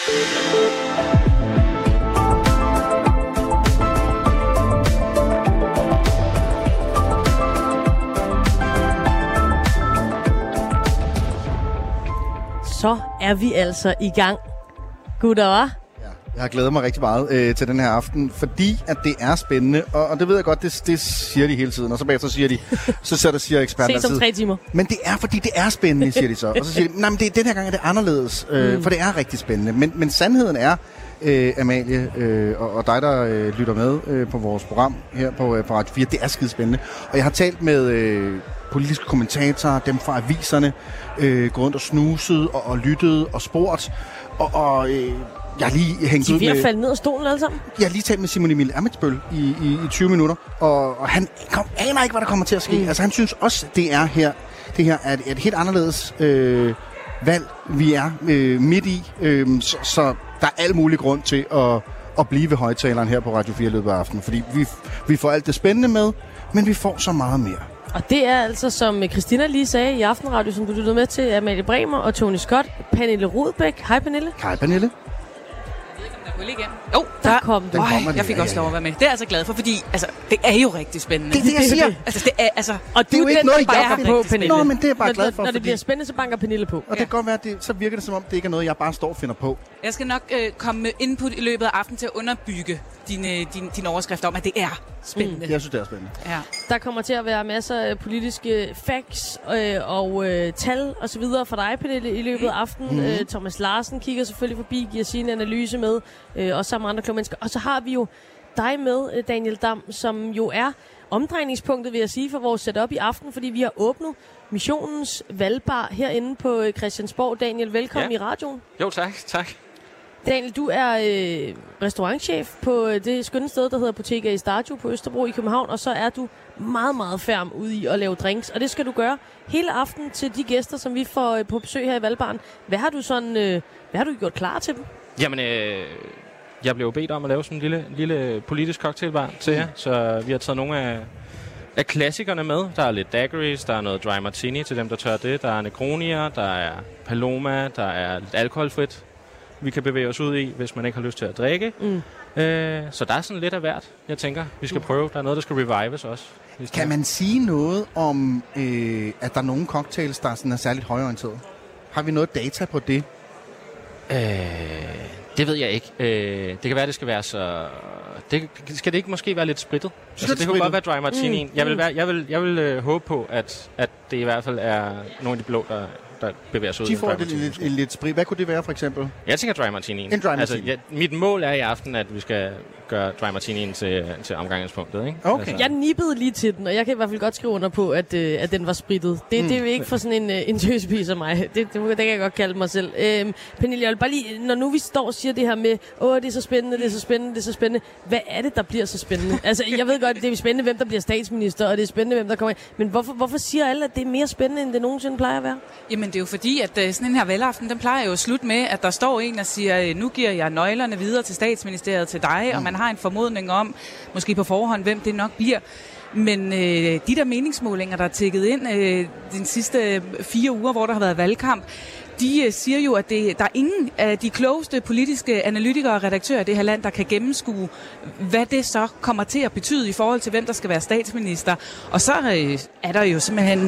Så er vi altså i gang. Gutter, hva'? Ja, jeg har glædet mig rigtig meget til den her aften, fordi at det er spændende, og det ved jeg godt, det siger de hele tiden, og så bagefter siger de, siger eksperten altid. Se som 3 timer. Men det er, fordi det er spændende, siger de så. Og så siger de, nej, men den her gang er det anderledes, for det er rigtig spændende. Men sandheden er, Amalie, og dig, der lytter med på vores program her på Radio 4, det er skide spændende. Og jeg har talt med politiske kommentatorer, dem fra aviserne, gået rundt og snuset og lyttet og spurgt, og jeg har lige hængt ud med... De er faldet ned af stolen alle sammen. Jeg har lige talt med Simon Emil Amitsbøll i 20 minutter, og han aner ikke, hvad der kommer til at ske. Altså, han synes også, det her er et helt anderledes valg, vi er midt i, så der er al mulig grund til at blive ved højtaleren her på Radio 4 løbet af aftenen, fordi vi får alt det spændende med, men vi får så meget mere. Og det er altså, som Christina lige sagde i Aftenradio, som du lyttede med til, Amalie Bremer og Tony Scott, Pernille Rudbæk. Hej, Pernille. Hej, Pernille. Igen. Jo, der kom du. Jeg fik også lov at være med. Det er jeg altså glad for, fordi altså, det er jo rigtig spændende. Det er det, jeg siger. Altså, det er, altså, og det er jo ikke noget, jeg har på, Pernille. Nå, men det er jeg bare glad for. Når det bliver spændende, så banker Pernille på. Og det kan godt være, så virker det som om, det ikke er noget, jeg bare står og finder på. Jeg skal nok komme med input i løbet af aftenen til at underbygge din overskrift om, at det er spændende. Jeg synes, det er spændende. Ja. Der kommer til at være masser af politiske facts og tal og så videre for dig, Pernille, i løbet af aftenen. Thomas Larsen kigger selvfølgelig forbi, giver sin analyse med, også sammen med andre kloge mennesker. Og så har vi jo dig med, Daniel Dam, som jo er omdrejningspunktet, vil jeg sige, for vores setup i aften, fordi vi har åbnet Missionens valgbar herinde på Christiansborg. Daniel, velkommen i radioen. Jo, tak. Daniel, du er restaurantchef på det skønne sted, der hedder Bottega Estadio på Østerbro i København, og så er du meget, meget færm ude i at lave drinks, og det skal du gøre hele aften til de gæster, som vi får på besøg her i valgbaren. Hvad har du gjort klar til dem? Jamen, jeg blev bedt om at lave sådan en lille politisk cocktailbar til jer, så vi har taget nogle af klassikerne med. Der er lidt daiquiris, der er noget dry martini til dem, der tør det, der er negronier, der er paloma, der er lidt alkoholfrit, vi kan bevæge os ud i, hvis man ikke har lyst til at drikke. Så der er sådan lidt af hvert, jeg tænker, vi skal prøve. Der er noget, der skal revives også. Kan man sige noget om, at der er nogle cocktails, der sådan er særligt højorienteret? Har vi noget data på det? Det ved jeg ikke. Det kan være, det skal være så... Skal det ikke måske være lidt sprittet? Altså, det kunne godt være dry martini. Jeg vil håbe på, at det i hvert fald er nogle af de blå, der bevæger sig ud. De får lidt sprit. Hvad kunne det være, for eksempel? Jeg tænker dry martini. En dry martini. Altså, mit mål er i aften, at vi skal gøre dry martinien til omgangspunktet, ikke? Okay. Altså. Jeg nippede lige til den, og jeg kan i hvert fald godt skrive under på, at den var sprittet. Det er ikke for sådan en tøspige som mig. Det kan jeg godt kalde mig selv. Pernille, jeg vil bare lige, når nu vi står og siger det her med, det er så spændende, det er så spændende, det er så spændende. Hvad er det, der bliver så spændende? Altså, jeg ved godt, det er spændende, hvem der bliver statsminister, og det er spændende, hvem der kommer ind. Men hvorfor siger alle, at det er mere spændende, end det nogensinde plejer at være? Jamen, det er jo fordi, at sådan en her valgaften, den plejer jo at slutte med, at der står en og siger, nu giver jeg nøglerne videre til statsministeriet til dig, og man har en formodning om, måske på forhånd, hvem det nok bliver. Men de der meningsmålinger, der er tækket ind de sidste 4 uger, hvor der har været valgkamp, de siger jo, at der er ingen af de klogeste politiske analytikere og redaktører i det her land, der kan gennemskue, hvad det så kommer til at betyde i forhold til, hvem der skal være statsminister. Og så er der jo simpelthen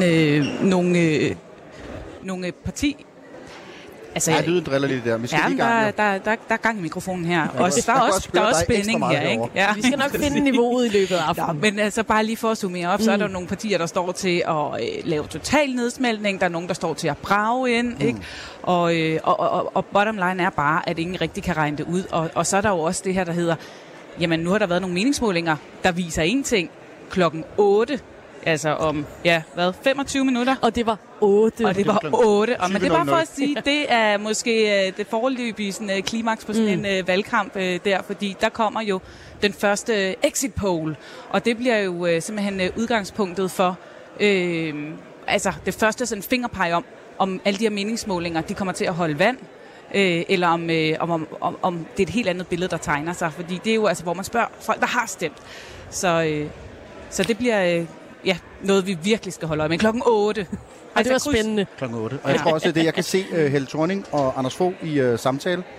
nogle Altså, lyden driller lidt der. Vi skal der er gang i mikrofonen her. Og der er også spænding her, ikke? Ja. Vi skal nok finde niveauet i løbet af aftenen. Ja, men altså bare lige for at summere op, så er der nogle partier, der står til at lave total nedsmeltning. Der er nogen, der står til at brage ind, ikke? Og bottom line er bare, at ingen rigtig kan regne det ud. Og så er der jo også det her, der hedder, jamen nu har der været nogle meningsmålinger, der viser en ting klokken 8. Altså om, 25 minutter. Og det var 8. Og det var 8. Men det er bare for at sige, det er måske det foreløbige sådan klimaks på sådan en valgkamp der, fordi der kommer jo den første exit poll, og det bliver jo simpelthen udgangspunktet for altså det første sådan fingerpege om alle de her meningsmålinger, de kommer til at holde vand, eller om det er et helt andet billede, der tegner sig, fordi det er jo altså, hvor man spørger folk, der har stemt. Så det bliver noget, vi virkelig skal holde øje med. Klokken 8. Det var spændende. Klokken 8. Og jeg tror også, at det, jeg kan se Helle Thorning og Anders Fogh i samtale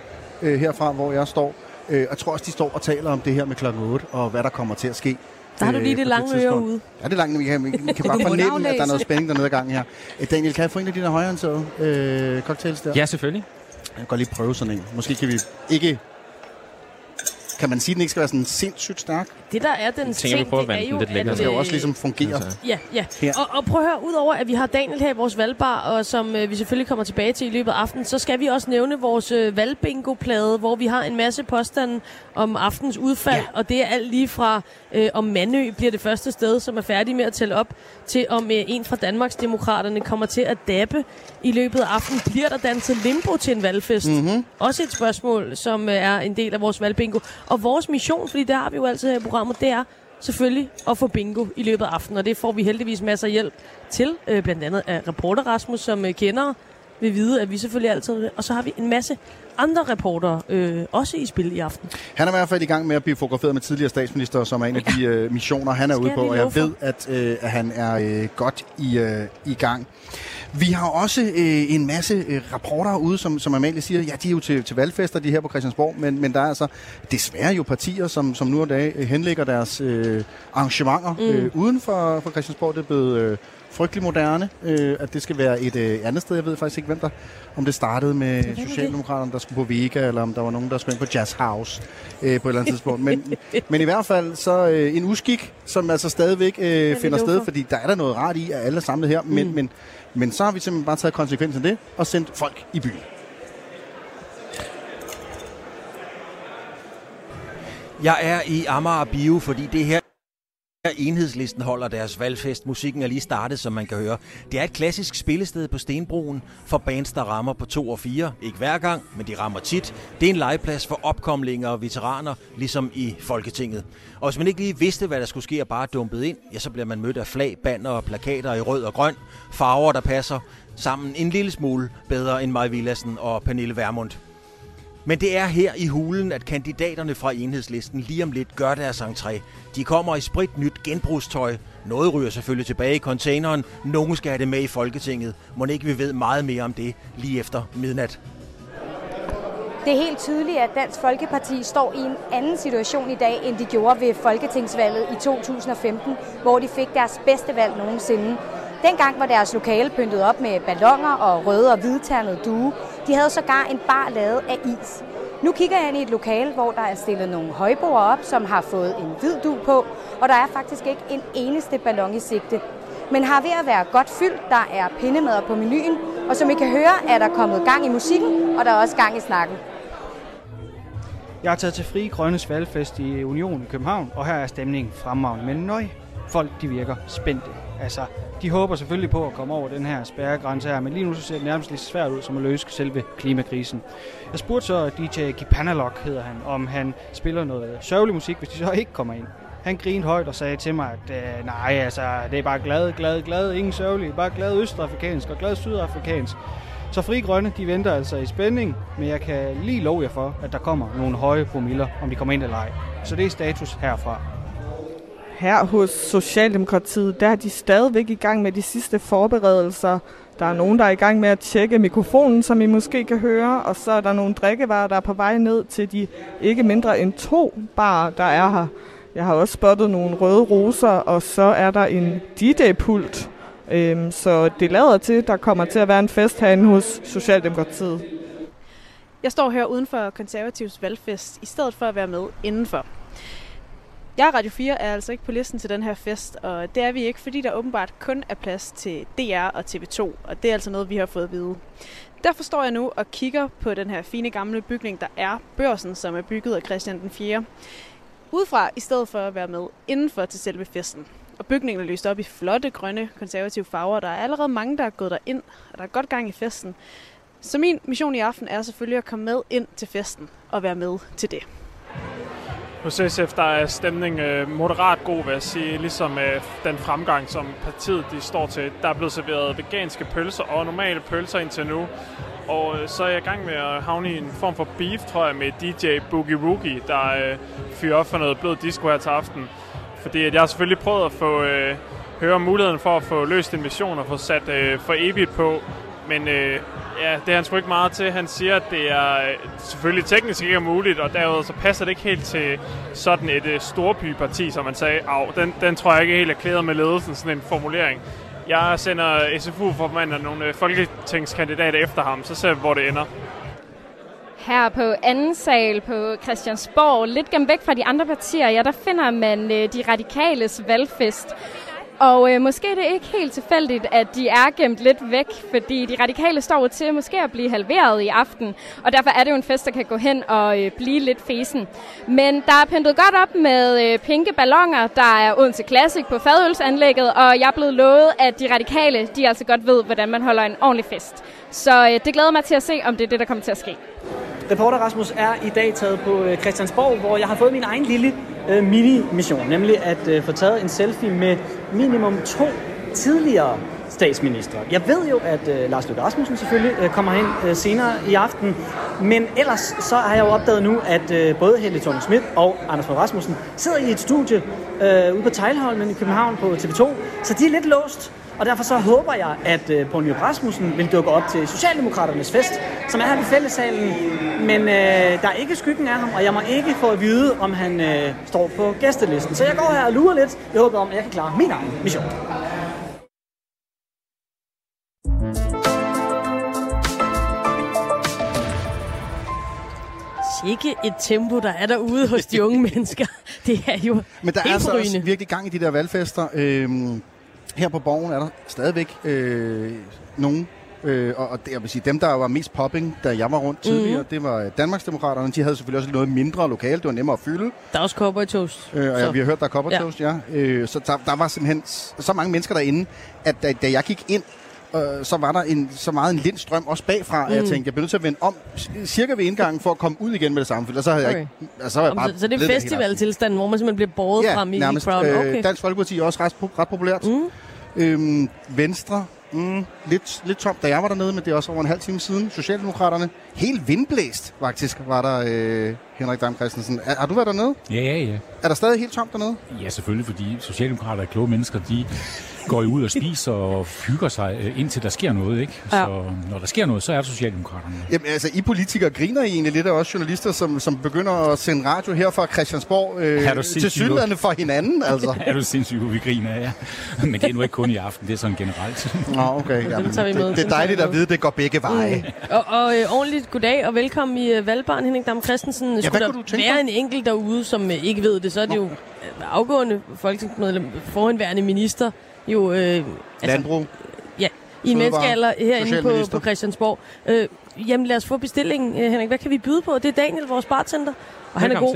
herfra, hvor jeg står. Jeg tror også, de står og taler om det her med klokken 8, og hvad der kommer til at ske. Der har du lige det lange øre ude. Ja, det er langt. Vi kan bare fornemme, at der er noget spænding dernede i gang her. Daniel, kan jeg få en af dine højreorienterede cocktails der? Ja, selvfølgelig. Jeg kan godt lige prøve sådan en. Måske kan vi ikke... Kan man sige, at den ikke skal være sådan sindssygt stærk? Det der er den ting, det er jo, at den skal jo også ligesom fungere. Ja. Og prøv at høre, udover at vi har Daniel her i vores valgbar, og som vi selvfølgelig kommer tilbage til i løbet af aftenen, så skal vi også nævne vores valgbingo-plade, hvor vi har en masse påstande om aftens udfald, og det er alt lige fra om Mandø bliver det første sted, som er færdig med at tælle op, til om en fra Danmarksdemokraterne kommer til at dabbe i løbet af aftenen. Bliver der danset limbo til en valgfest? Mm-hmm. Også et spørgsmål, som er en del af vores valgbingo. Og vores mission, fordi det har vi jo altid her i programmet, det er selvfølgelig at få bingo i løbet af aftenen. Og det får vi heldigvis masser af hjælp til, blandt andet af reporter Rasmus, som kender vil vide, at vi selvfølgelig altid... Og så har vi en masse andre reportere også i spil i aften. Han er i hvert fald i gang med at blive fotograferet med tidligere statsminister, som er en af de missioner, han er ude på. Og jeg ved, at han er godt i gang. Vi har også en masse rapporter ude, som Amalie siger, ja, de er jo til valgfester, de her på Christiansborg, men der er altså desværre jo partier, som nu og dage henlægger deres arrangementer uden for Christiansborg. Det er blevet frygtelig moderne, at det skal være et andet sted. Jeg ved faktisk ikke, om det startede med Socialdemokraterne, der skulle på Vega, eller om der var nogen, der skulle ind på Jazz House på et eller andet tidspunkt. Men i hvert fald så en uskik, som altså stadigvæk finder sted, fordi der er der noget rart i, at alle er samlet her, men så har vi simpelthen bare taget konsekvensen af det og sendt folk i byen. Jeg er i Amager Bio, fordi det her Enhedslisten holder deres valgfest. Musikken er lige startet, som man kan høre. Det er et klassisk spillested på Stenbroen for bands, der rammer på 2 og 4. Ikke hver gang, men de rammer tit. Det er en legeplads for opkomlinger og veteraner, ligesom i Folketinget. Og hvis man ikke lige vidste, hvad der skulle ske og bare dumpet ind, ja, så bliver man mødt af flag, banner og plakater i rød og grøn. Farver, der passer sammen en lille smule bedre end Maj Villadsen og Pernille Vermund. Men det er her i hulen, at kandidaterne fra Enhedslisten lige om lidt gør deres entré. De kommer i spritnyt genbrugstøj. Noget ryger selvfølgelig tilbage i containeren. Nogen skal have det med i Folketinget. Må ikke vi ved meget mere om det lige efter midnat. Det er helt tydeligt, at Dansk Folkeparti står i en anden situation i dag, end de gjorde ved folketingsvalget i 2015, hvor de fik deres bedste valg nogensinde. Dengang var deres lokale pyntet op med balloner og røde og hvidternet due. De havde sågar en bar lavet af is. Nu kigger jeg ind i et lokale, hvor der er stillet nogle højborde op, som har fået en hvid dug på, og der er faktisk ikke en eneste ballon i sigte. Men har ved at være godt fyldt, der er pindemader på menuen, og som I kan høre, er der kommet gang i musikken, og der er også gang i snakken. Jeg har taget til Frie Grønnes valgfest i Union i København, og her er stemningen fremragende. Men nøj, folk de virker spændte. Altså, de håber selvfølgelig på at komme over den her spærregrænse her, men lige nu så ser det nærmest lige svært ud som at løse selve klimakrisen. Jeg spurgte så DJ Kipanalok, hedder han, om han spiller noget sørgelig musik, hvis de så ikke kommer ind. Han grinede højt og sagde til mig, at nej, altså, det er bare glad, ingen sørgelig, bare glad østafrikansk og glad sydafrikansk. Så Frie Grønne, de venter altså i spænding, men jeg kan lige love jer for, at der kommer nogle høje promiller, om de kommer ind eller ej. Så det er status herfra. Her hos Socialdemokratiet, der er de stadigvæk i gang med de sidste forberedelser. Der er nogen, der er i gang med at tjekke mikrofonen, som I måske kan høre, og så er der nogle drikkevarer, der er på vej ned til de ikke mindre end 2 barer, der er her. Jeg har også spottet nogle røde roser, og så er der en DJ-pult. Så det lader til, at der kommer til at være en fest herinde hos Socialdemokratiet. Jeg står her uden for Konservativs valgfest, i stedet for at være med indenfor. Jeg og Radio 4 er altså ikke på listen til den her fest, og det er vi ikke, fordi der åbenbart kun er plads til DR og TV2, og det er altså noget, vi har fået at vide. Derfor står jeg nu og kigger på den her fine gamle bygning, der er Børsen, som er bygget af Christian den 4. Udefra, i stedet for at være med indenfor til selve festen. Og bygningen er løst op i flotte, grønne, konservative farver. Der er allerede mange, der er gået derind, og der er godt gang i festen. Så min mission i aften er selvfølgelig at komme med ind til festen og være med til det. Hos SF der er stemning moderat god, vil jeg sige, ligesom den fremgang, som partiet de står til. Der er blevet serveret veganske pølser og normale pølser indtil nu. Og så er jeg i gang med at havne i en form for beef, tror jeg, med DJ Boogie Woogie, der fyrer op for noget blød disco her til aften. Fordi at jeg har selvfølgelig prøvet at få høre muligheden for at få løst en mission og få sat for evigt på. Men Ja, det er han sgu ikke meget til. Han siger, at det er selvfølgelig teknisk ikke er muligt, og derudover så passer det ikke helt til sådan et storbyparti, som man sagde. Den tror jeg ikke helt er klædet med ledelsen, sådan en formulering. Jeg sender SFU-formanden og nogle folketingskandidater efter ham, så ser vi, hvor det ender. Her på anden sal på Christiansborg, lidt gemt væk fra de andre partier, ja, der finder man de radikales valgfest. Og måske er det ikke helt tilfældigt, at de er gemt lidt væk, fordi de radikale står til måske at blive halveret i aften. Og derfor er det jo en fest, der kan gå hen og blive lidt fesen. Men der er pyntet godt op med pinke balloner, der er Odense Classic på fadølsanlægget, og jeg er blevet lovet, at de radikale, de altså godt ved, hvordan man holder en ordentlig fest. Så det glæder mig til at se, om det er det, der kommer til at ske. Reporter Rasmus er i dag taget på Christiansborg, hvor jeg har fået min egen lille mini-mission, nemlig at få taget en selfie med minimum 2 tidligere statsministre. Jeg ved jo, at Lars Løkke Rasmussen selvfølgelig kommer hen senere i aften, men ellers så har jeg jo opdaget nu, at både Helle Thorning-Schmidt og Anders Fogh Rasmussen sidder i et studie ude på Teglholmen i København på TV2, så de er lidt låst. Og derfor så håber jeg, at Poul Nyrup Rasmussen vil dukke op til Socialdemokraternes fest, som er her ved fællessalen. Men der er ikke skyggen af ham, og jeg må ikke få at vide, om han står på gæstelisten. Så jeg går her og lurer lidt. Jeg håber om, at jeg kan klare min egen mission. Ikke et tempo, der er derude hos de unge mennesker. Det er jo men der er altså også virkelig gang i de der valgfester. Her på Borgen er der stadigvæk nogen, og jeg vil sige, dem, der var mest popping, da jeg var rundt tidligere, det var Danmarksdemokraterne. De havde selvfølgelig også noget mindre lokale, det var nemmere at fylde. Der er også cowboy toast. Og ja, vi har hørt, der er cowboy toast, ja. Så der var simpelthen så mange mennesker derinde, at da jeg gik ind, så var der så meget en lindstrøm også bagfra, at jeg tænkte, jeg bliver nødt til at vende om cirka ved indgangen for at komme ud igen med det samme. Og så havde jeg ikke... Så det er festivaltilstanden, hvor man simpelthen bliver båret frem i crowden? Okay. Dansk Folkeparti er også ret populært. Venstre, lidt tomt, da jeg var dernede, men det er også over en halv time siden. Socialdemokraterne, helt vindblæst faktisk, var der Henrik Dam Kristensen. Har du været dernede? Ja. Er der stadig helt tomt dernede? Ja, selvfølgelig, fordi socialdemokrater er kloge mennesker, de går jo ud og spiser og hygger sig, indtil der sker noget, ikke? Ja. Så når der sker noget, så er det socialdemokraterne. Jamen altså, I politikere griner I egentlig lidt af os journalister, som begynder at sende radio her fra Christiansborg til sydlandet for hinanden, altså. Er du sindssygt, vi griner, ja. Men det er nu ikke kun i aften, det er sådan generelt. Nå, okay. Jamen, det er dejligt at vide, det går begge veje. Og ordentligt goddag og velkommen i Valgbarn, Henrik Dam Kristensen. Skulle der være en enkelt derude, som ikke ved det, så er det jo afgående folketingsmedlem, forhenværende minister, jo... Landbrug. Ja, i en menneskealder herinde på Christiansborg. Jamen lad os få bestillingen, Henrik. Hvad kan vi byde på? Det er Daniel, vores bartender, og han er god.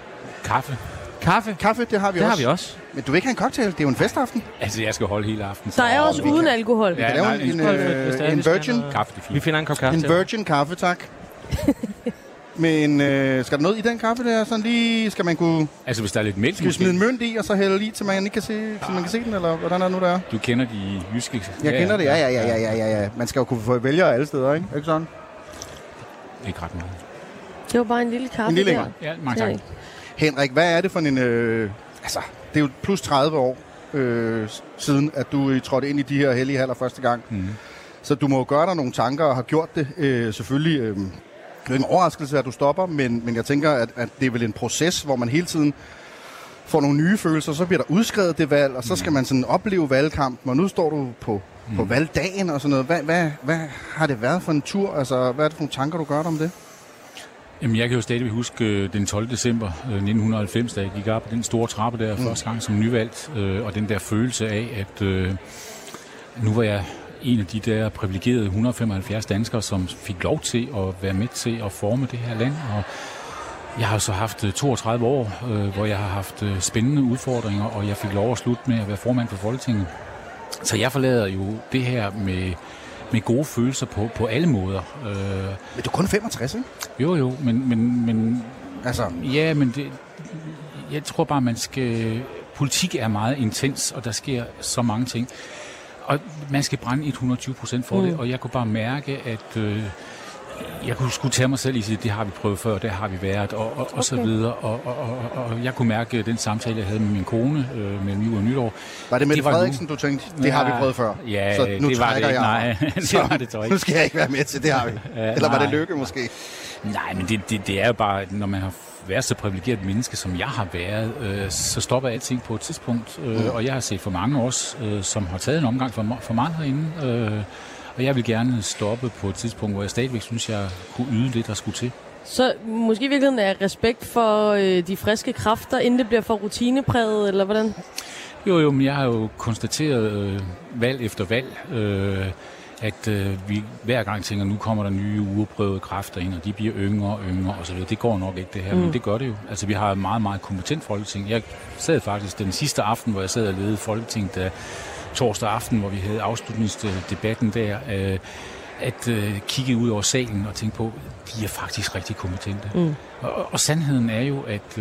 Kaffe, det har vi også. Men du vil ikke have en cocktail? Det er jo en festaften. Altså, jeg skal holde hele aften. Der er også uden alkohol. Ja, en virgin. Kaffe, det er fint. Vi finder en kop kaffe. En virgin kaffe, tak. Men skal der noget i den kaffe der? Sådan lige, skal man kunne... Altså, hvis der er lidt mælk... Skal vi smide en mønt i, og så hælde i, til man ikke kan se, så man kan se den, eller hvordan er det nu, der er? Du kender de jyske... Jeg kender det, ja. Man skal jo kunne få vælgere alle steder, ikke? Ikke sådan? Ikke ret meget. Det var bare en lille kaffe. En lille der. Ja, mange tak. Henrik, hvad er det for en... altså, det er jo plus 30 år siden, at du trådte ind i de her hellige haller første gang. Så du må jo gøre dig nogle tanker, og har gjort det selvfølgelig... Det er en overraskelse, at du stopper, men jeg tænker, at det er vel en proces, hvor man hele tiden får nogle nye følelser, så bliver der udskrevet det valg, og så skal man sådan opleve valgkampen, og nu står du på valgdagen og sådan noget. Hvad har det været for en tur? Altså, hvad er det for nogle tanker, du gør dig om det? Jamen, jeg kan jo stadig huske den 12. december 1990, da jeg gik op på den store trappe der første gang som nyvalgt, og den der følelse af, at nu var jeg en af de der privilegerede 175 danskere, som fik lov til at være med til at forme det her land. Og jeg har så haft 32 år, hvor jeg har haft spændende udfordringer, og jeg fik lov at slutte med at være formand for Folketinget. Så jeg forlader jo det her med gode følelser på alle måder. Men du er kun 65, ikke? Jo, men altså... Ja, men jeg tror bare, man skal... Politik er meget intens, og der sker så mange ting. Og man skal brænde 120% for det, og jeg kunne bare mærke, at Jeg kunne sgu tage mig selv i at sige, det har vi prøvet før, der har vi været, og så videre. Og jeg kunne mærke den samtale, jeg havde med min kone mellem jul og nytår. Var det Mette Frederiksen, du tænkte, det har vi prøvet før? Ja, så nu det var det ikke. Nej, det var det ikke. Nu skal jeg ikke være med til, det har vi. Eller var det Løkke måske? Nej, men det er jo bare, når man har været så privilegeret menneske, som jeg har været, så stopper alting på et tidspunkt. Og jeg har set for mange også, som har taget en omgang for meget herinde. Og jeg vil gerne stoppe på et tidspunkt, hvor jeg stadigvæk synes, jeg kunne yde det, der skulle til. Så måske i virkeligheden er respekt for de friske kræfter, inden det bliver for rutinepræget, eller hvordan? Jo, men jeg har jo konstateret valg efter valg, at vi hver gang tænker, nu kommer der nye uafprøvede kræfter ind, og de bliver yngre og yngre osv. Det går nok ikke det her, men det gør det jo. Altså vi har et meget, meget kompetent folketing. Jeg sad faktisk den sidste aften, hvor jeg sad og ledede Folketinget, torsdag aften, hvor vi havde afslutningsdebatten der, at kigge ud over salen og tænke på, de er faktisk rigtig kompetente. Og sandheden er jo, at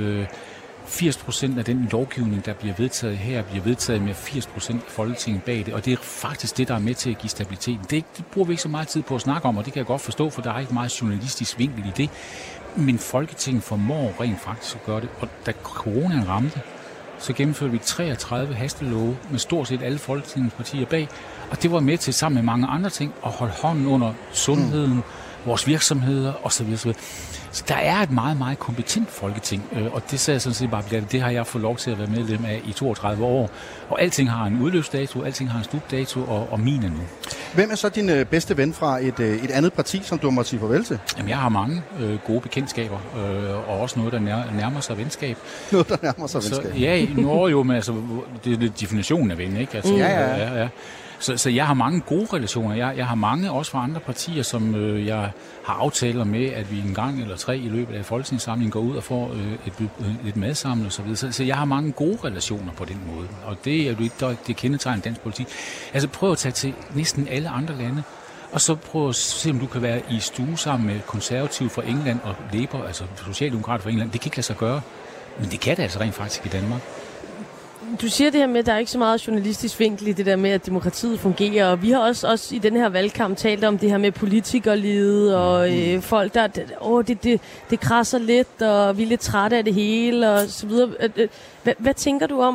80% af den lovgivning, der bliver vedtaget her, bliver vedtaget med 80% af Folketinget bag det, og det er faktisk det, der er med til at give stabiliteten. Det bruger vi ikke så meget tid på at snakke om, og det kan jeg godt forstå, for der er ikke meget journalistisk vinkel i det. Men Folketinget formår rent faktisk at gøre det, og da coronaen ramte, så gennemførte vi 33 hastelove med stort set alle Folketingets partier bag, og det var med til sammen med mange andre ting at holde hånden under sundheden, vores virksomheder osv. Så der er et meget, meget kompetent folketing, og det sagde jeg sådan set bare, det har jeg fået lov til at være medlem af i 32 år. Og alting har en udløbsdato, alting har en slutdato, og min er nu. Hvem er så din bedste ven fra et andet parti, som du må sige farvel til? Jamen, jeg har mange gode bekendtskaber, og også noget, der nærmer sig venskab. Noget, der nærmer sig venskab? Så, ja, jo, men altså, det er lidt definitionen af ven, ikke? Altså, ja. Så jeg har mange gode relationer. Jeg har mange også fra andre partier, som jeg har aftaler med, at vi en gang eller 3 i løbet af folketingssamlingen går ud og får et madsamling og så videre. Så jeg har mange gode relationer på den måde. Og det er jo det kendetegner dansk politik. Altså prøv at tage til næsten alle andre lande, og så prøv at se, om du kan være i stue sammen med konservative fra England og Labour, altså socialdemokrater fra England. Det kan ikke lade sig gøre, men det kan det altså rent faktisk i Danmark. Du siger det her med, at der er ikke så meget journalistisk vinkel i det der med, at demokratiet fungerer. Og vi har også i den her valgkamp talt om det her med politikerlivet og folk, der det krasser lidt, og vi er lidt trætte af det hele og så videre. Hvad tænker du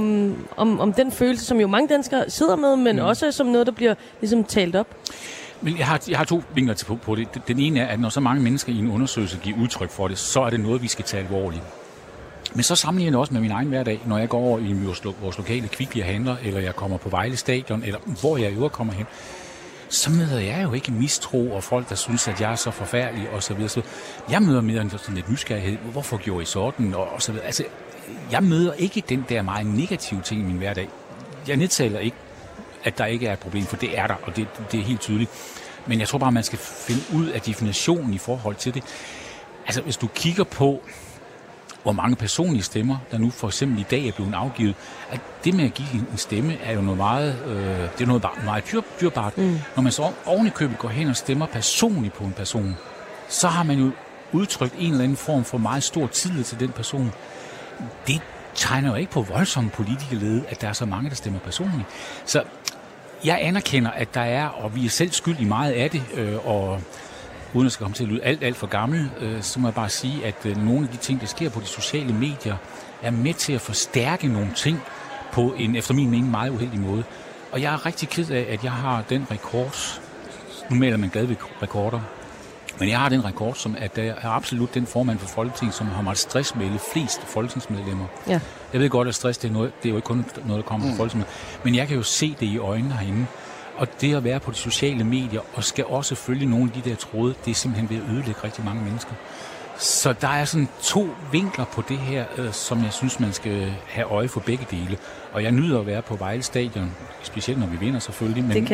om den følelse, som jo mange danskere sidder med, men også som noget, der bliver ligesom talt op? Men jeg har 2 vinkler på det. Den ene er, at når så mange mennesker i en undersøgelse giver udtryk for det, så er det noget, vi skal tage alvorligt. Men så sammenligner jeg det også med min egen hverdag, når jeg går over i vores lokale Kvickly-handler, eller jeg kommer på Vejle Stadion, eller hvor jeg i øvrigt kommer hen. Så møder jeg jo ikke mistro og folk, der synes, at jeg er så forfærdelig og så videre. Så jeg møder mere sådan lidt nysgerrighed. Hvorfor gjorde I sådan? Og så videre. Altså, jeg møder ikke den der meget negative ting i min hverdag. Jeg nedtaler ikke, at der ikke er et problem, for det er der, og det er helt tydeligt. Men jeg tror bare, man skal finde ud af definitionen i forhold til det. Altså, hvis du kigger på, hvor mange personlige stemmer, der nu for eksempel i dag er blevet afgivet, at det med at give en stemme er jo noget meget, det er noget meget dyrbart. Når man så oven i købet går hen og stemmer personligt på en person, så har man jo udtrykt en eller anden form for meget stor tillid til den person. Det tegner jo ikke på voldsomme politikerlede, at der er så mange, der stemmer personligt. Så jeg anerkender, at der er, og vi er selv skyld i meget af det, og uden at skal komme til at lyde alt for gammel, så må jeg bare sige, at nogle af de ting, der sker på de sociale medier, er med til at forstærke nogle ting på en, efter min mening, meget uheldig måde. Og jeg er rigtig ked af, at jeg har den rekord. Nu melder man glad ved rekorder. Men jeg har den rekord, som at der er absolut den formand for Folketinget, som har meget stressmelde flest folketingsmedlemmer. Ja. Jeg ved godt, at stress det er jo ikke kun noget, der kommer fra Folketinget. Men jeg kan jo se det i øjnene herinde. Og det at være på de sociale medier, og skal også følge nogle af de der tråde, det er simpelthen ved at ødelægge rigtig mange mennesker. Så der er sådan 2 vinkler på det her, som jeg synes, man skal have øje for begge dele. Og jeg nyder at være på Vejle Stadion, specielt når vi vinder selvfølgelig.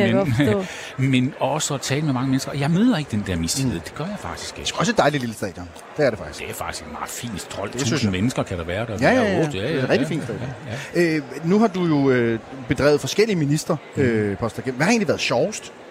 Men også at tale med mange mennesker. Og jeg møder ikke den der mistillid. Det gør jeg faktisk ikke. Det er også et dejligt lille stadion. Det er det faktisk. Det er faktisk en meget fint. 12.000 mennesker kan der være der. Ja. Det er et rigtig fint stadion. Ja. Nu har du jo bedrevet forskellige ministerposter. Hvad har egentlig været sjovest?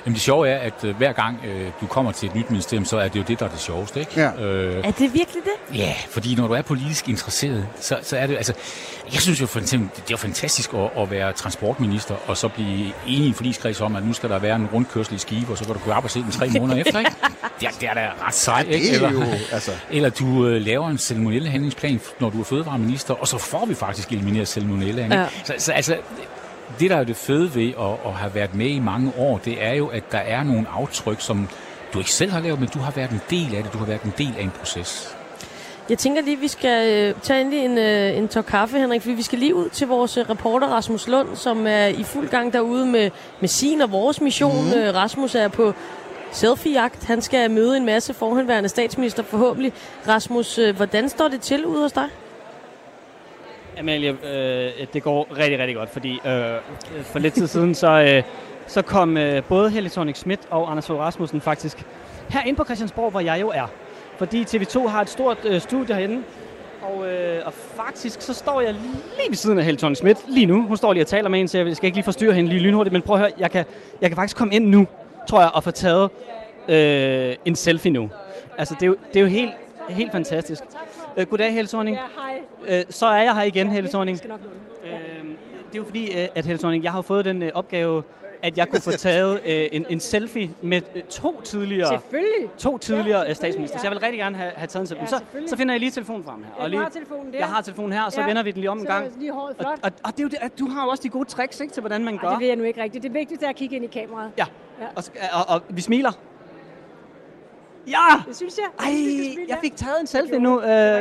Jamen det sjove er, at hver gang du kommer til et nyt ministerium, så er det jo det, der er det sjoveste, ikke? Ja. Er det virkelig det? Ja, fordi når du er politisk interesseret, så er det altså... Jeg synes jo for eksempel, det er fantastisk at være transportminister, og så blive enig i en forligskreds om, at nu skal der være en rundkørsel i Skive, og så kan du køre op og se den 3 måneder efter, ikke? Det er da ret sejt, ikke? Eller du laver en salmonella-handlingsplan, når du er fødevareminister, og så får vi faktisk elimineret salmonella. Ja. Så altså... Det, der er det fede ved at have været med i mange år, det er jo, at der er nogle aftryk, som du ikke selv har lavet, men du har været en del af det. Du har været en del af en proces. Jeg tænker lige, vi skal tage endelig en tår kaffe, Henrik, for vi skal lige ud til vores reporter Rasmus Lund, som er i fuld gang derude med sin og vores mission. Rasmus er på selfie-jagt. Han skal møde en masse forhenværende statsminister forhåbentlig. Rasmus, hvordan står det til ude hos dig? Amalie, det går rigtig, rigtig godt, fordi for lidt tid siden, så kom både Helle Thorning-Schmidt og Anders Fogh Rasmussen faktisk herinde på Christiansborg, hvor jeg jo er. Fordi TV2 har et stort studie herinde, og faktisk så står jeg lige ved siden af Helle Thorning-Schmidt lige nu. Hun står lige og taler med en, så jeg skal ikke lige forstyrre hende lige lynhurtigt, men prøv at høre, jeg kan faktisk komme ind nu, tror jeg, og få taget en selfie nu. Altså, det er jo helt fantastisk. Goddag, Helle Thorning. Ja, hej. Så er jeg her igen, Helle Thorning. Det er jo fordi, at Helle Thorning, jeg har fået den opgave, at jeg kunne få taget en selfie med to tidligere statsminister. Så jeg vil rigtig gerne have taget en selfie. Så finder jeg lige telefonen frem her. Og lige, jeg har telefonen her, og så vender vi den lige om en gang. Og det er jo det, at du har jo også de gode tricks, ikke, til hvordan man gør. Det ved jeg nu ikke rigtigt. Det vigtigste er at kigge ind i kameraet. Ja. Og vi smiler. Ja! Det synes jeg. Jeg fik taget en selfie nu.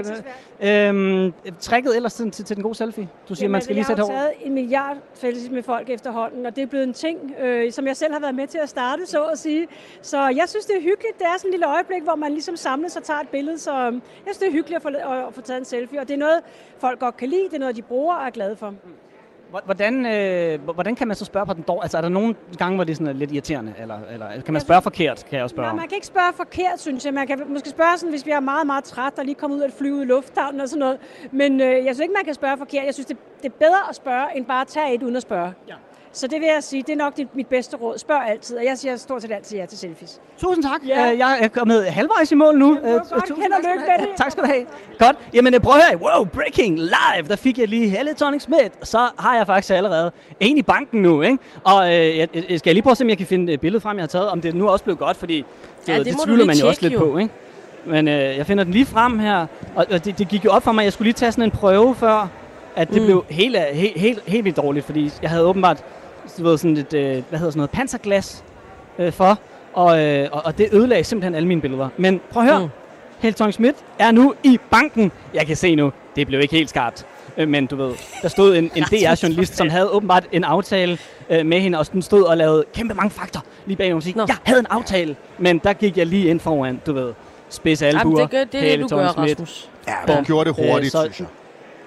Tricket ellers til den gode selfie. Du siger, man skal lige sætte over. Jeg har taget 1 milliard fælles med folk efterhånden, og det er blevet en ting, som jeg selv har været med til at starte, så at sige. Så jeg synes, det er hyggeligt. Det er sådan et lille øjeblik, hvor man ligesom samles og tager et billede. Så jeg synes, det er hyggeligt at få taget en selfie, og det er noget, folk godt kan lide. Det er noget, de bruger og er glade for. Hvordan kan man så spørge på den dår? Altså er der nogle gange, hvor det er sådan lidt irriterende? Eller kan man spørge forkert, kan jeg også spørge om? Nej, man kan ikke spørge forkert, synes jeg. Man kan måske spørge sådan, hvis vi er meget, meget træt og lige kommet ud af et fly ud i lufthavnen og sådan noget. Men jeg synes ikke, man kan spørge forkert. Jeg synes, det er bedre at spørge, end bare at tage et uden at spørge. Ja. Så det vil jeg sige, det er nok mit bedste råd. Spørg altid, og jeg siger stort set altid ja til selfies. Tusind tak. Ja. Jeg er kommet halvvejs i mål nu. Held og lykke med det. Tak skal du have. Godt. Jamen prøv at høre. Wow, breaking live. Der fik jeg lige Helle Thorning-Schmidt. Så har jeg faktisk allerede en i banken nu, ikke? Og jeg skal lige prøve at se, om jeg kan finde et billede frem, jeg har taget. Om det nu også blev godt, fordi det tvivler man jo også lidt på, ikke? Men jeg finder den lige frem her. Og det gik jo op for mig, jeg skulle lige tage sådan en prøve før, at det blev helt vildt dårligt, fordi jeg havde åbenbart sådan et, panserglas for, og det ødelagde simpelthen alle mine billeder. Men prøv at høre, Helle Thorning-Schmidt er nu i banken. Jeg kan se nu, det blev ikke helt skarpt, men du ved, der stod en DR-journalist, som havde åbenbart en aftale med hende, og den stod og lavede kæmpe mange fakter lige bag mig. Jeg havde en aftale, men der gik jeg lige ind foran, du ved, spids albuer, Helle Thorning-Schmidt. Ja, du gjorde det hurtigt, synes jeg.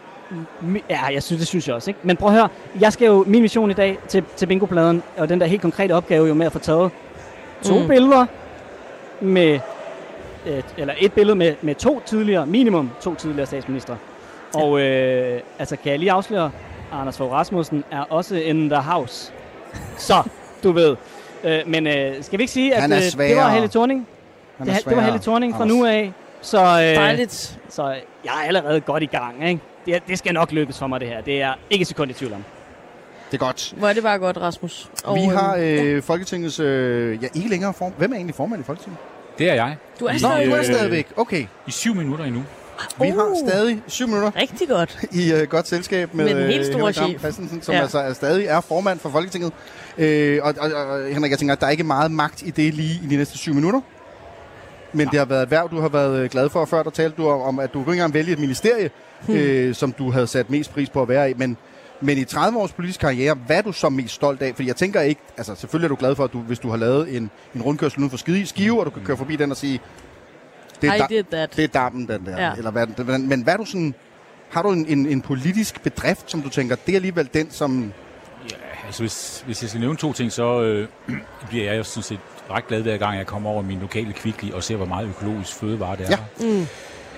Ja, det synes jeg også, ikke? Men prøv at høre, jeg skal jo, min mission i dag til bingopladen, og den der helt konkrete opgave jo med at få taget 2 billeder med, eller et billede med minimum to tidligere statsministre. Og altså kan jeg lige afsløre, Anders Fogh Rasmussen er også in the house. Så, du ved. Men skal vi ikke sige, at det var Helle Thorning? Det var Helle Thorning fra nu af. Så, dejligt. Så jeg er allerede godt i gang, ikke? Det skal nok lykkes for mig, det her. Det er ikke et sekund i tvivl om. Det er godt. Hvor er det bare godt, Rasmus. Vi har Folketingets... ikke længere form. Hvem er egentlig formand i Folketinget? Det er jeg. Du er stadigvæk. Okay. I 7 minutter endnu. Vi har stadig 7 minutter. Rigtig godt. I godt selskab med en helt stor chef. Christensen, som altså stadig er formand for Folketinget. Og Henrik, jeg tænker, at der er ikke meget magt i det lige i de næste 7 minutter. Men det har været et værv, du har været glad for. Før der talte du om, at du ikke engang vælge et ministerie, som du havde sat mest pris på at være i. Men i 30 års politisk karriere, hvad er du så mest stolt af? Fordi jeg tænker ikke, altså selvfølgelig er du glad for, at hvis du har lavet en rundkørsel uden for Skive, og du kan køre forbi den og sige, det er dammen, den der. Ja. Eller men hvad er du sådan, har du en politisk bedrift, som du tænker, det er alligevel den, som... Ja, altså hvis jeg skal nævne 2 ting, så bliver jeg jo sådan set ret glad hver gang, jeg kommer over min lokale Kvickly og ser, hvor meget økologisk fødevare det er.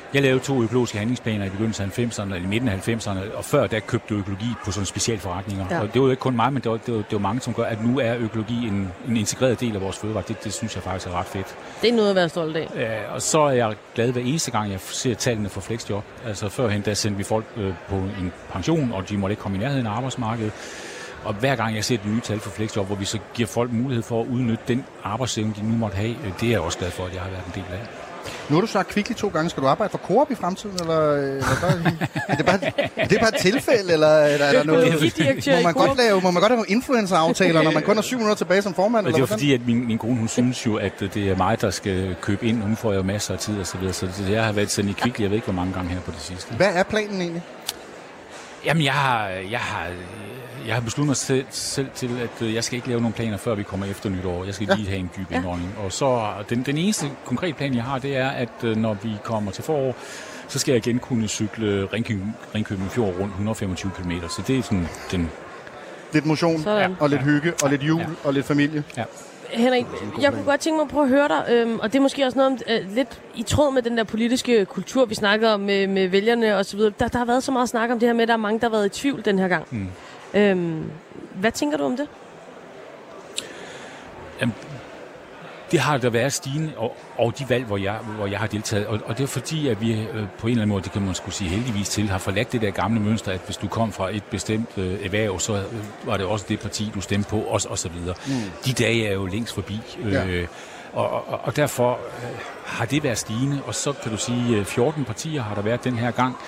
Jeg lavede 2 økologiske handlingsplaner i begyndelsen af 90'erne, eller i midten af 90'erne, og før der købte økologi på sådan specialforretninger. Ja. Og det var jo ikke kun mig, men det var mange, som gør, at nu er økologi en integreret del af vores fødevare. Det synes jeg faktisk er ret fedt. Det er noget at være stolt af. Ja, og så er jeg glad hver eneste gang, jeg ser tallene for flexjob. Altså førhen, der sendte vi folk på en pension, og de måtte ikke komme i nærheden af arbejdsmarkedet. Og hver gang jeg ser de nye tal for flexjob, hvor vi så giver folk mulighed for at udnytte den arbejdsevne, de nu måtte have, det er jeg også glad for, at jeg har været en del af. Nu har du sagt Kvickly 2 gange. Skal du arbejde for Coop i fremtiden? Eller er det bare et tilfælde, eller er der noget? Må man godt have influencer-aftaler, når man kun har 7 minutter tilbage som formand? Det er fordi, at min kone, hun synes jo, at det er mig, der skal købe ind. Hun får jo masser af tid og så videre. Så jeg har været sådan i Kvickly, jeg ved ikke, hvor mange gange her på det sidste. Hvad er planen egentlig? Jamen, jeg har besluttet mig selv til, at jeg skal ikke lave nogen planer, før vi kommer efter nytår. Jeg skal lige have en dyb indånding. Og så den eneste konkrete plan, jeg har, det er, at når vi kommer til forår, så skal jeg igen kunne cykle Ringkøbing Fjord rundt 125 km. Så det er sådan den... Lidt motion, og lidt hygge, og lidt jul, og lidt familie. Ja. Henrik, jeg kunne godt tænke mig at prøve at høre dig, og det er måske også noget lidt i tråd med den der politiske kultur, vi snakker om med vælgerne og så videre. Der har været så meget snak om det her med, at der er mange, der har været i tvivl den her gang. Hvad tænker du om det? Det har der været stigende, og de valg, hvor jeg har deltaget. Og det er fordi, at vi på en eller anden måde, det kan man skulle sige heldigvis til, har forladt det der gamle mønster, at hvis du kom fra et bestemt erhverv, så var det også det parti, du stemte på, og så videre. De dage er jo længst forbi. Og derfor har det været stigende, og så kan du sige, 14 partier har der været den her gang.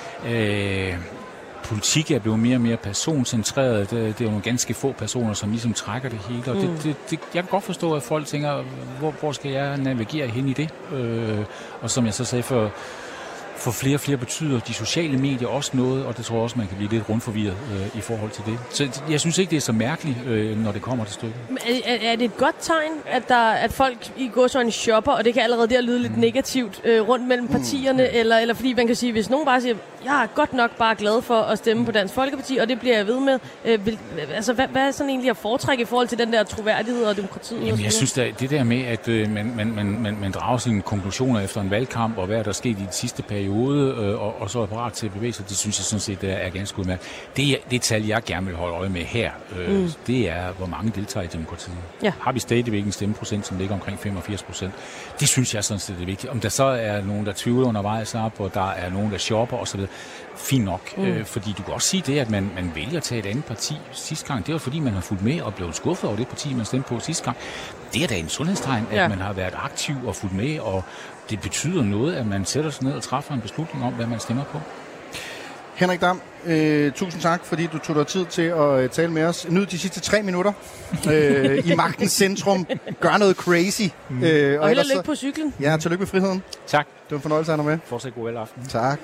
Politik er blevet mere og mere personcentreret. Det er jo nogle ganske få personer, som ligesom trækker det hele. Og jeg kan godt forstå, at folk tænker, hvor skal jeg navigere hen i det? Og som jeg så sagde før, for flere og flere betyder de sociale medier også noget, og det tror jeg også, man kan blive lidt rundforvirret i forhold til det. Så jeg synes ikke, det er så mærkeligt, når det kommer til stykket. Er det et godt tegn, at folk i går sådan shopper, og det kan allerede der lyde lidt negativt rundt mellem partierne, eller fordi man kan sige, hvis nogen bare siger, jeg er godt nok bare glad for at stemme på Dansk Folkeparti, og det bliver jeg ved med. Hvad er sådan egentlig at foretrække i forhold til den der troværdighed og demokratiet? Jamen, jeg synes, det der med, at man drager sine konklusioner efter en valgkamp, og hvad der er sket i den sidste periode, og så er parat til at bevæge sig, det synes jeg sådan set er ganske udmærket. Det tal, jeg gerne vil holde øje med her, det er, hvor mange deltager i demokratiet. Ja. Har vi stadigvæk en stemmeprocent, som ligger omkring 85%? Det synes jeg sådan set er vigtigt. Om der så er nogen, der tvivler undervejs op, og der er nogen, der shopper osv., fint nok. Fordi du kan også sige det, at man vælger at tage et andet parti sidste gang. Det var fordi, man har fulgt med og blevet skuffet over det parti, man stemte på sidste gang. Det er da en sundhedstegn, at man har været aktiv og fulgt med, og det betyder noget, at man sætter sig ned og træffer en beslutning om, hvad man stemmer på. Henrik Dam, tusind tak, fordi du tog dig tid til at tale med os. Nyd de sidste 3 minutter i magtens centrum. Gør noget crazy. Og held og lykke på cyklen. Ja, tillykke med friheden. Tak. Det var en fornøjelse at have dig med. Fortsat god aften. Tak.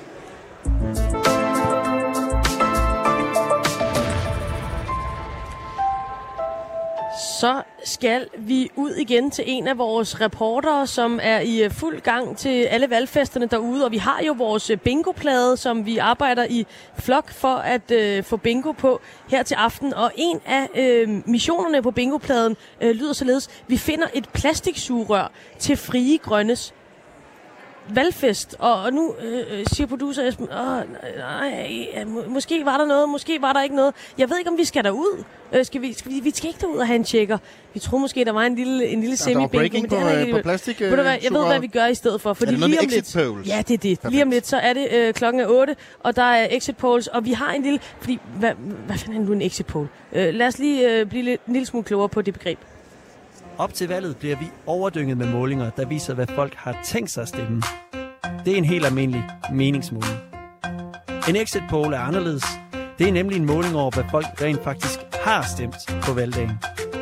Så skal vi ud igen til en af vores reportere, som er i fuld gang til alle valgfesterne derude. Og vi har jo vores bingoplade, som vi arbejder i flok for at få bingo på her til aften. Og en af missionerne på bingopladen lyder således: vi finder et plastiksugerør til Frie Grønnes valgfest. Og nu siger producer Esben, måske var der noget, måske var der ikke noget. Jeg ved ikke, om vi skal derud. Vi skal ikke derud og have en tjekker. Vi troede måske, der var en lille semi-bingo. Men på plastik. Jeg ved, hvad vi gør i stedet for. Fordi er det noget med exit polls? Ja, det er det. Perfekt. Lige om lidt, så er det klokken 8, og der er exit polls, og vi har en lille... Fordi, hvad fanden er nu en exit poll? Lad os lige blive en lille smule klogere på det begreb. Op til valget bliver vi overdynget med målinger, der viser, hvad folk har tænkt sig at stemme. Det er en helt almindelig meningsmåling. En exit poll er anderledes. Det er nemlig en måling over, hvad folk rent faktisk har stemt på valgdagen.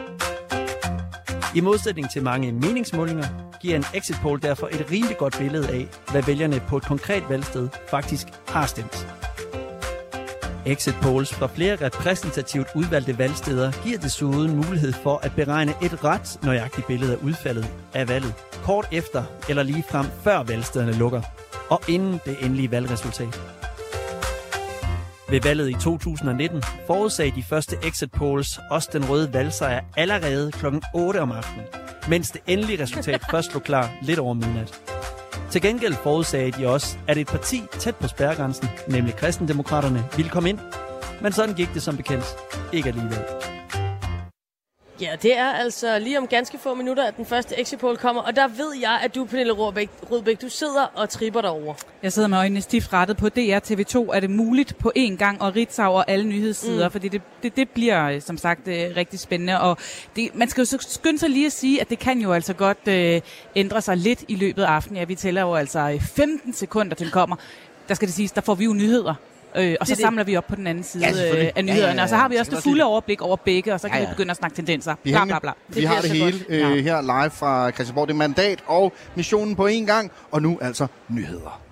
I modsætning til mange meningsmålinger, giver en exit poll derfor et rimelig godt billede af, hvad vælgerne på et konkret valgsted faktisk har stemt. Exit polls fra flere repræsentativt udvalgte valgsteder giver desuden mulighed for at beregne et ret nøjagtigt billede af udfaldet af valget, kort efter eller lige frem før valgstederne lukker, og inden det endelige valgresultat. Ved valget i 2019 forudsagde de første exit polls også den røde valgsejr allerede kl. 8 om aftenen, mens det endelige resultat først lå klar lidt over midnat. Til gengæld forudsagde de også, at et parti tæt på spærregrænsen, nemlig Kristendemokraterne, ville komme ind. Men sådan gik det som bekendt ikke alligevel. Ja, det er altså lige om ganske få minutter, at den første exit poll kommer. Og der ved jeg, at du, Pernille Rødbæk, du sidder og tripper derover. Jeg sidder med øjnene stift rettet på DR TV2. Er det muligt på én gang at Ritzau og alle nyhedssider? Fordi det bliver, som sagt, rigtig spændende. Og man skal jo så skynde sig lige at sige, at det kan jo altså godt ændre sig lidt i løbet af aftenen. Ja, vi tæller jo altså 15 sekunder, til den kommer. Der skal det siges, der får vi jo nyheder. Og så samler vi op på den anden side af nyhederne. Og så har vi også det fulde overblik over begge, og så kan vi begynde at snakke tendenser. Bla, bla, bla. Vi har det hele her live fra Christiansborg. Det er Mandat og Missionen på én gang. Og nu altså nyheder.